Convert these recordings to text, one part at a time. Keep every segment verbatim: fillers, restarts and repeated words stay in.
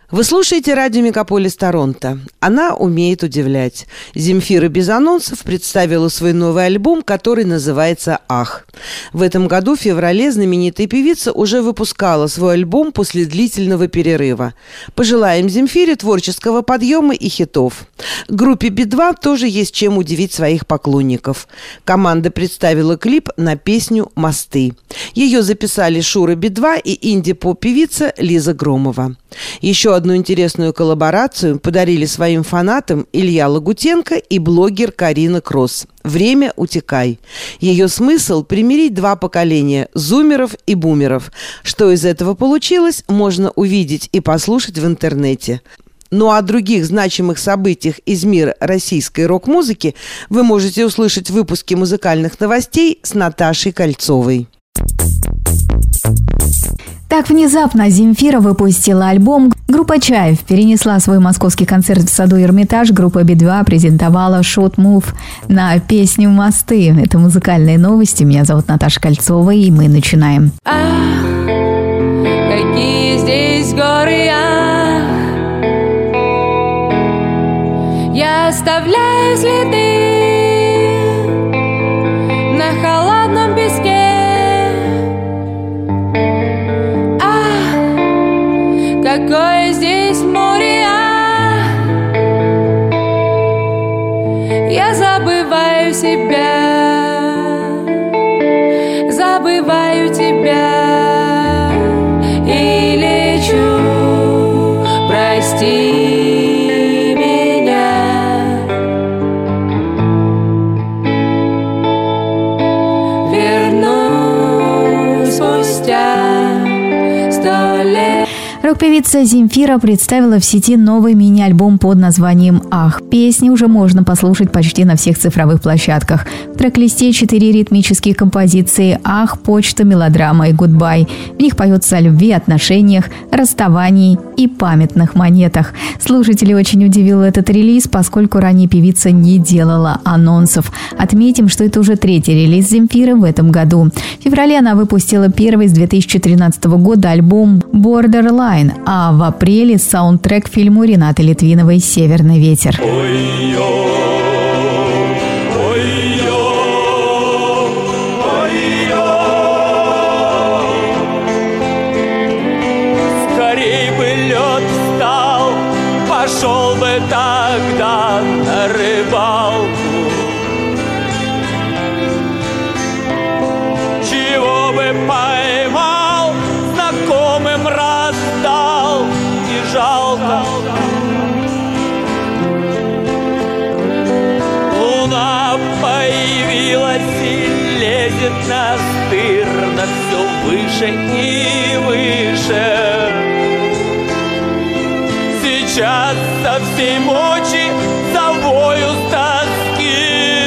Вы слушаете радио «Мегаполис Торонто». Она умеет удивлять. Земфира без анонсов представила свой новый альбом, который называется «Ах». В этом году, в феврале, знаменитая певица уже выпускала свой альбом после длительного перерыва. Пожелаем Земфире творческого подъема и хитов. Группе би два тоже есть чем удивить своих поклонников. Команда представила клип на песню «Мосты». Ее записали Шура би два и инди-поп-певица Лиза Громова. Еще одну интересную коллаборацию подарили своим фанатам Илья Лагутенко и блогер Карина Кросс. «Время, утекай». Ее смысл – примирить два поколения – зумеров и бумеров. Что из этого получилось, можно увидеть и послушать в интернете. Ну а о других значимых событиях из мира российской рок-музыки вы можете услышать в выпуске музыкальных новостей с Наташей Кольцовой. Так внезапно Земфира выпустила альбом. Группа «Чайф» перенесла свой московский концерт в саду Эрмитаж. Группа би два презентовала «Short Move» на песню «Мосты». Это музыкальные новости. Меня зовут Наташа Кольцова, и мы начинаем. Ах, какие здесь горы, ах, я оставляю следы на холодном песке. Какое здесь море, ах, я забываю себя, забываю тебя и лечу, прости меня, вернусь спустя сто лет. Рок-певица Земфира представила в сети новый мини-альбом под названием «Ах». Песни уже можно послушать почти на всех цифровых площадках. В трек-листе четыре ритмические композиции «Ах», «Почта», «Мелодрама» и «Гудбай». В них поется о любви, отношениях, расставании и памятных монетах. Слушателей очень удивил этот релиз, поскольку ранее певица не делала анонсов. Отметим, что это уже третий релиз Земфиры в этом году. В феврале она выпустила первый с две тысячи тринадцатого года альбом «Borderline», а в апреле саундтрек к фильму Ренаты Литвиновой «Северный ветер». Скорей бы лед встал, пошел бы тогда на рыбалку. Чего бы поймал, знакомым раздал, не жалко. Луна появилась и лезет настырно все выше и выше. Сейчас со всей мочи завою с тоски.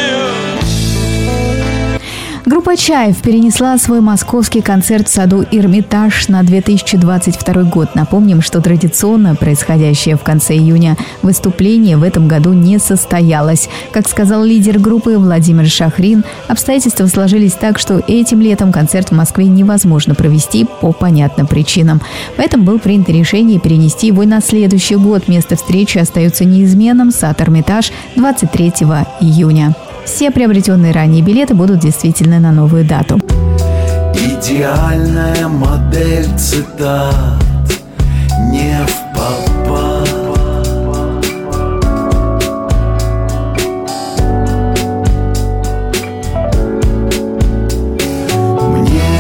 Группа «Чайф» перенесла свой московский концерт в саду Эрмитаж на две тысячи двадцать второй год. Напомним, что традиционно происходящее в конце июня выступление в этом году не состоялось. Как сказал лидер группы Владимир Шахрин, обстоятельства сложились так, что этим летом концерт в Москве невозможно провести по понятным причинам. Поэтому было принято решение перенести его на следующий год. Место встречи остается неизменным. Сад Эрмитаж двадцать третьего июня. Все приобретенные ранее билеты будут действительны на новую дату. Идеальная модель цитат, не впопад. Мне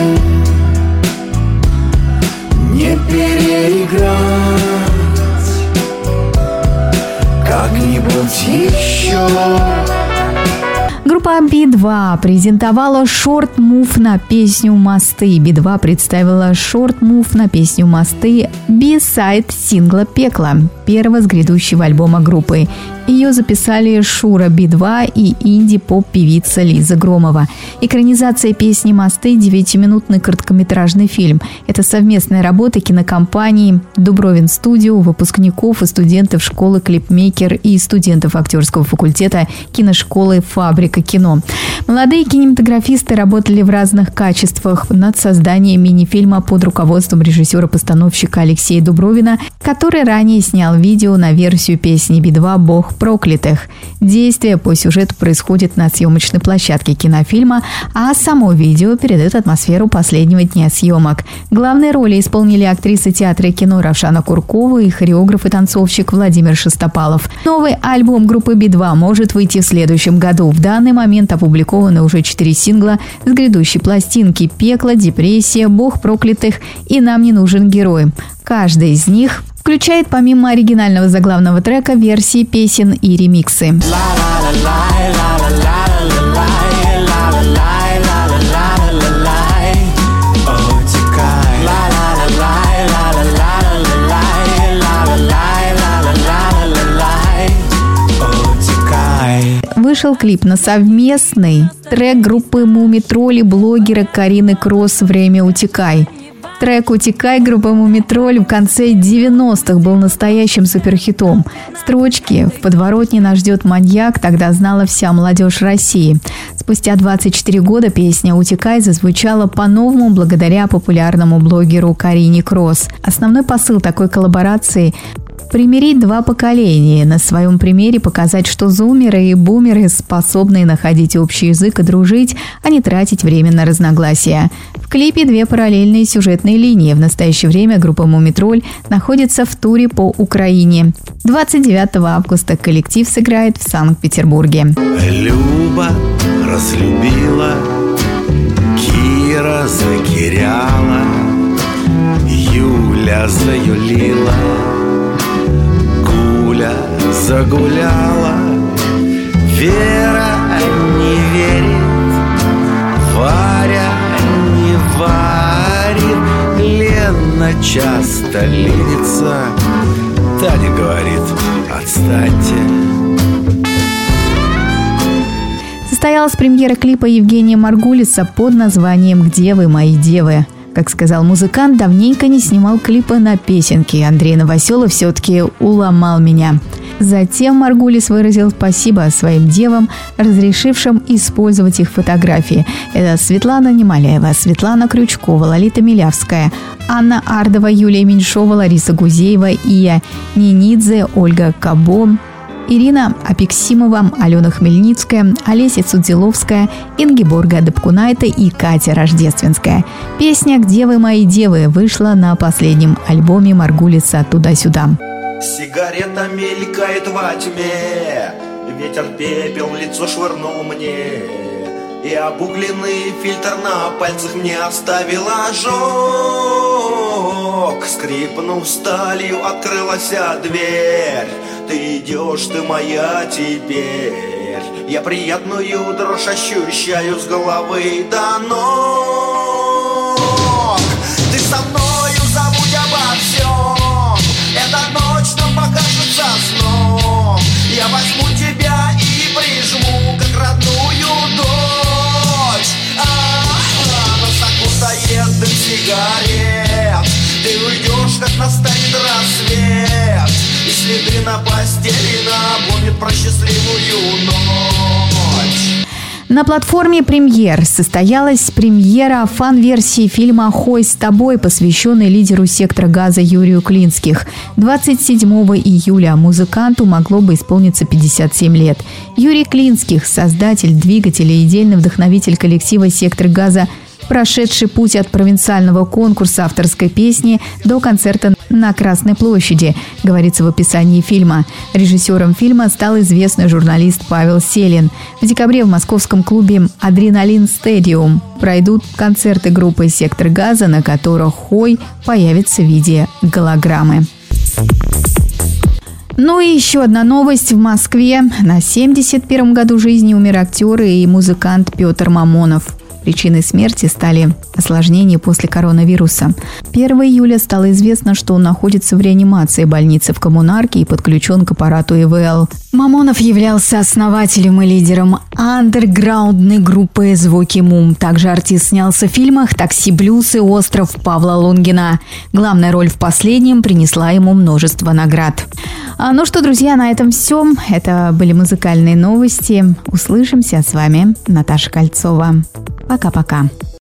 не переиграть как-нибудь еще. Группа би два презентовала «Short Move» на песню «Мосты». би два представила «Short Move» на песню «Мосты» би-сайд сингла «Пекло». первого с грядущего альбома группы. Ее записали Шура Би два и инди-поп-певица Лиза Громова. Экранизация песни «Мосты» – девятиминутный короткометражный фильм. Это совместная работа кинокомпании «Дубровин Студио», выпускников и студентов школы «Клипмейкер» и студентов актерского факультета киношколы «Фабрика кино». Молодые кинематографисты работали в разных качествах над созданием мини-фильма под руководством режиссера-постановщика Алексея Дубровина, который ранее снял видео на версию песни Би два «Бог проклятых». Действие по сюжету происходит на съемочной площадке кинофильма, а само видео передает атмосферу последнего дня съемок. Главные роли исполнили актриса театра и кино Равшана Куркова и хореограф и танцовщик Владимир Шестопалов. Новый альбом группы Би два может выйти в следующем году. В данный момент опубликованы уже четыре сингла с грядущей пластинки: «Пекло», «Депрессия», «Бог проклятых» и «Нам не нужен герой». Каждый из них включает помимо оригинального заглавного трека версии песен и ремиксы. Вышел клип на совместный трек группы «Мумий-тролли» блогера Карины Кросс «Время утекай». Трек «Утекай» группы «Мумий-тролли» в конце девяностых был настоящим суперхитом. Строчки «В подворотне нас ждет маньяк» тогда знала вся молодежь России. Спустя двадцать четыре года песня «Утекай» зазвучала по-новому благодаря популярному блогеру Карине Кросс. Основной посыл такой коллаборации – примирить два поколения, на своем примере показать, что зумеры и бумеры способны находить общий язык и дружить, а не тратить время на разногласия. В клипе две параллельные сюжетные линии. В настоящее время группа «Мумий-тролль» находится в туре по Украине. двадцать девятого августа коллектив сыграет в Санкт-Петербурге. Люба разлюбила, Кира закиряла, Юля заюлила, Гуля загуляла, Вера не верит, Варя не варит, Лена часто ленится, Таня говорит: отстаньте. Состоялась премьера клипа Евгения Маргулиса под названием «Где вы, мои девы?». Как сказал музыкант, давненько не снимал клипы на песенки. Андрей Новоселов все-таки уломал меня. Затем Маргулис выразил спасибо своим девам, разрешившим использовать их фотографии. Это Светлана Немоляева, Светлана Крючкова, Лолита Милявская, Анна Ардова, Юлия Меньшова, Лариса Гузеева, Ия Нинидзе, Ольга Кабо, Ирина Апексимова, Алена Хмельницкая, Олеся Цудзиловская, Ингеборга Дапкунайте и Катя Рождественская. Песня «Где вы, мои девы» вышла на последнем альбоме Маргулиса «Туда-сюда». Сигарета мелькает во тьме, ветер пепел в лицо швырнул мне, и обугленный фильтр на пальцах мне оставил ожог. Скрипнув сталью, открылась дверь. Ты идешь, ты моя теперь. Я приятную дрожь ощущаю с головы до ног. Ты со мною, забудь обо всем. Эта ночь нам покажется сном. Я возьму тебя и прижму, как родную дочь. А-а-а, нас окутает дым сигарет. Ты уйдешь, как настанет рассвет, и следы на постели напомнят про счастливую ночь. На платформе «Премьер» состоялась премьера фан-версии фильма «Хой с тобой», посвященной лидеру сектора газа Юрию Клинских. двадцать седьмого июля музыканту могло бы исполниться пятьдесят семь лет. Юрий Клинских, создатель двигателя и идейный вдохновитель коллектива «Сектор газа», прошедший путь от провинциального конкурса авторской песни до концерта на Красной площади, говорится в описании фильма. Режиссером фильма стал известный журналист Павел Селин. В декабре в московском клубе «Адреналин Стадиум» пройдут концерты группы «Сектор газа», на которых Хой появится в виде голограммы. Ну и еще одна новость. В Москве на семьдесят первом году жизни умер актер и музыкант Петр Мамонов. Причиной смерти стали осложнения после коронавируса. первого июля стало известно, что он находится в реанимации больницы в Коммунарке и подключен к аппарату ИВЛ. Мамонов являлся основателем и лидером андерграундной группы «Звуки Мум». Также артист снялся в фильмах «Такси Блюз» и «Остров» Павла Лунгина. Главная роль в последнем принесла ему множество наград. А, ну что, друзья, на этом все. Это были музыкальные новости. Услышимся с вами, Наташа Кольцова. Пока-пока.